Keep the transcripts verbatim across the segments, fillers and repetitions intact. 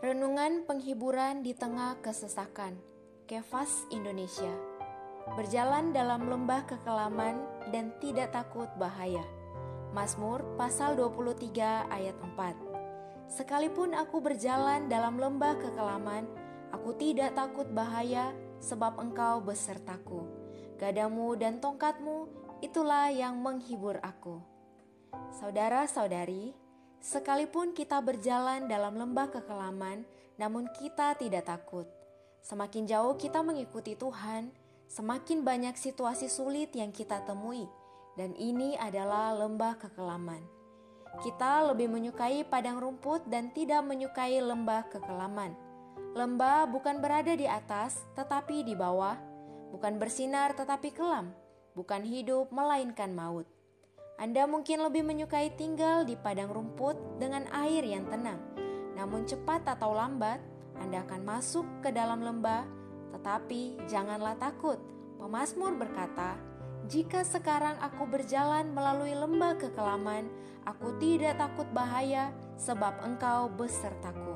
Renungan penghiburan di tengah kesesakan. Kefas Indonesia. Berjalan dalam lembah kekelaman dan tidak takut bahaya. Mazmur pasal dua puluh tiga ayat empat. Sekalipun aku berjalan dalam lembah kekelaman, aku tidak takut bahaya, sebab Engkau besertaku. Gadamu dan tongkatmu, itulah yang menghibur aku. Saudara-saudari, sekalipun kita berjalan dalam lembah kekelaman, namun kita tidak takut. Semakin jauh kita mengikuti Tuhan, semakin banyak situasi sulit yang kita temui, dan ini adalah lembah kekelaman. Kita lebih menyukai padang rumput dan tidak menyukai lembah kekelaman. Lembah bukan berada di atas, tetapi di bawah, bukan bersinar tetapi kelam, bukan hidup melainkan maut. Anda mungkin lebih menyukai tinggal di padang rumput dengan air yang tenang. Namun cepat atau lambat, Anda akan masuk ke dalam lembah. Tetapi janganlah takut. Pemazmur berkata, "Jika sekarang aku berjalan melalui lembah kekelaman, aku tidak takut bahaya, sebab Engkau besertaku."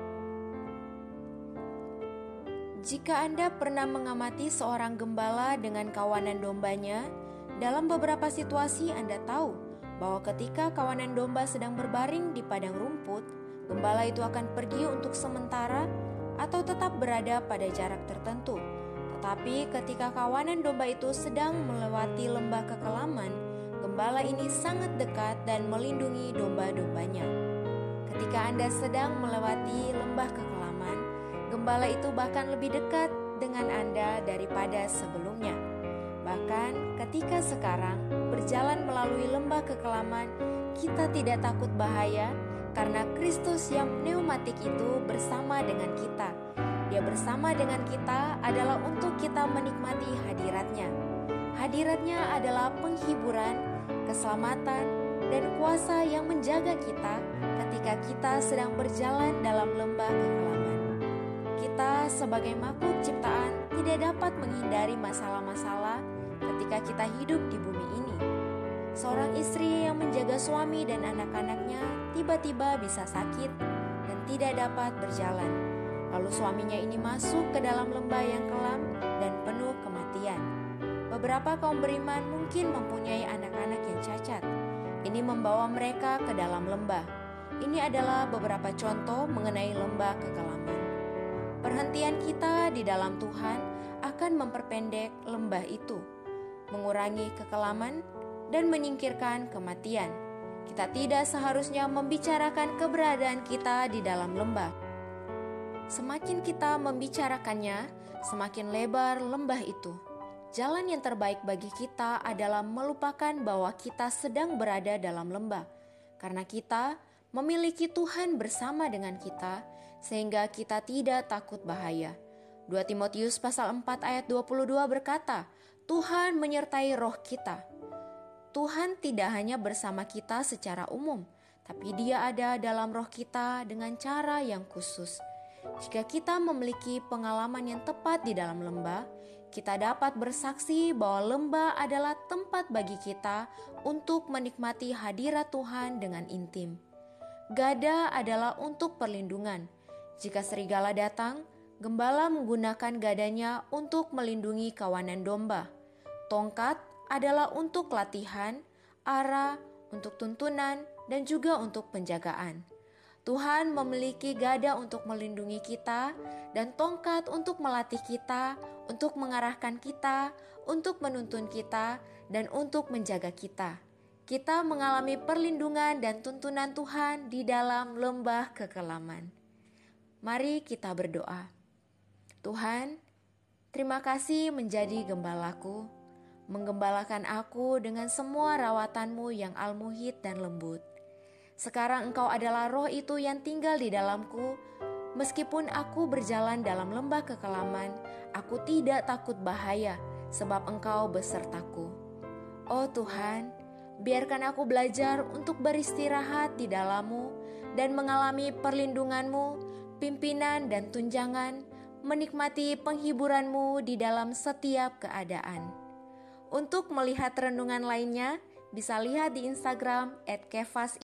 Jika Anda pernah mengamati seorang gembala dengan kawanan dombanya, dalam beberapa situasi Anda tahu bahwa ketika kawanan domba sedang berbaring di padang rumput, gembala itu akan pergi untuk sementara atau tetap berada pada jarak tertentu. Tetapi ketika kawanan domba itu sedang melewati lembah kekelaman, gembala ini sangat dekat dan melindungi domba-dombanya. Ketika Anda sedang melewati lembah kekelaman, gembala itu bahkan lebih dekat dengan Anda daripada sebelumnya. Bahkan ketika sekarang berjalan melalui lembah kekelaman, kita tidak takut bahaya karena Kristus yang pneumatik itu bersama dengan kita. Dia bersama dengan kita adalah untuk kita menikmati hadiratnya. Hadiratnya adalah penghiburan, keselamatan, dan kuasa yang menjaga kita ketika kita sedang berjalan dalam lembah kekelaman. Kita sebagai makhluk ciptaan tidak dapat menghindari masalah-masalah ketika kita hidup di bumi ini. Seorang istri yang menjaga suami dan anak-anaknya tiba-tiba bisa sakit dan tidak dapat berjalan. Lalu suaminya ini masuk ke dalam lembah yang kelam dan penuh kematian. Beberapa kaum beriman mungkin mempunyai anak-anak yang cacat. Ini membawa mereka ke dalam lembah. Ini adalah beberapa contoh mengenai lembah kekelaman. Perhentian kita di dalam Tuhan akan memperpendek lembah itu, mengurangi kekelaman, dan menyingkirkan kematian. Kita tidak seharusnya membicarakan keberadaan kita di dalam lembah. Semakin kita membicarakannya, semakin lebar lembah itu. Jalan yang terbaik bagi kita adalah melupakan bahwa kita sedang berada dalam lembah, karena kita memiliki Tuhan bersama dengan kita, sehingga kita tidak takut bahaya. dua Timotius pasal empat ayat dua puluh dua berkata, Tuhan menyertai roh kita. Tuhan tidak hanya bersama kita secara umum, tapi Dia ada dalam roh kita dengan cara yang khusus. Jika kita memiliki pengalaman yang tepat di dalam lembah, kita dapat bersaksi bahwa lembah adalah tempat bagi kita untuk menikmati hadirat Tuhan dengan intim. Gada adalah untuk perlindungan. Jika serigala datang, gembala menggunakan gadanya untuk melindungi kawanan domba. Tongkat adalah untuk latihan, arah, untuk tuntunan, dan juga untuk penjagaan. Tuhan memiliki gada untuk melindungi kita dan tongkat untuk melatih kita, untuk mengarahkan kita, untuk menuntun kita, dan untuk menjaga kita. Kita mengalami perlindungan dan tuntunan Tuhan di dalam lembah kekelaman. Mari kita berdoa. Tuhan, terima kasih menjadi gembalaku, menggembalakan aku dengan semua rawatan-Mu yang al-muhit dan lembut. Sekarang Engkau adalah roh itu yang tinggal di dalamku. Meskipun aku berjalan dalam lembah kekelaman, aku tidak takut bahaya, sebab Engkau besertaku. Oh Tuhan, biarkan aku belajar untuk beristirahat di dalam-Mu dan mengalami perlindungan-Mu, pimpinan dan tunjangan, menikmati penghiburan-Mu di dalam setiap keadaan. Untuk melihat renungan lainnya, bisa lihat di Instagram et kefas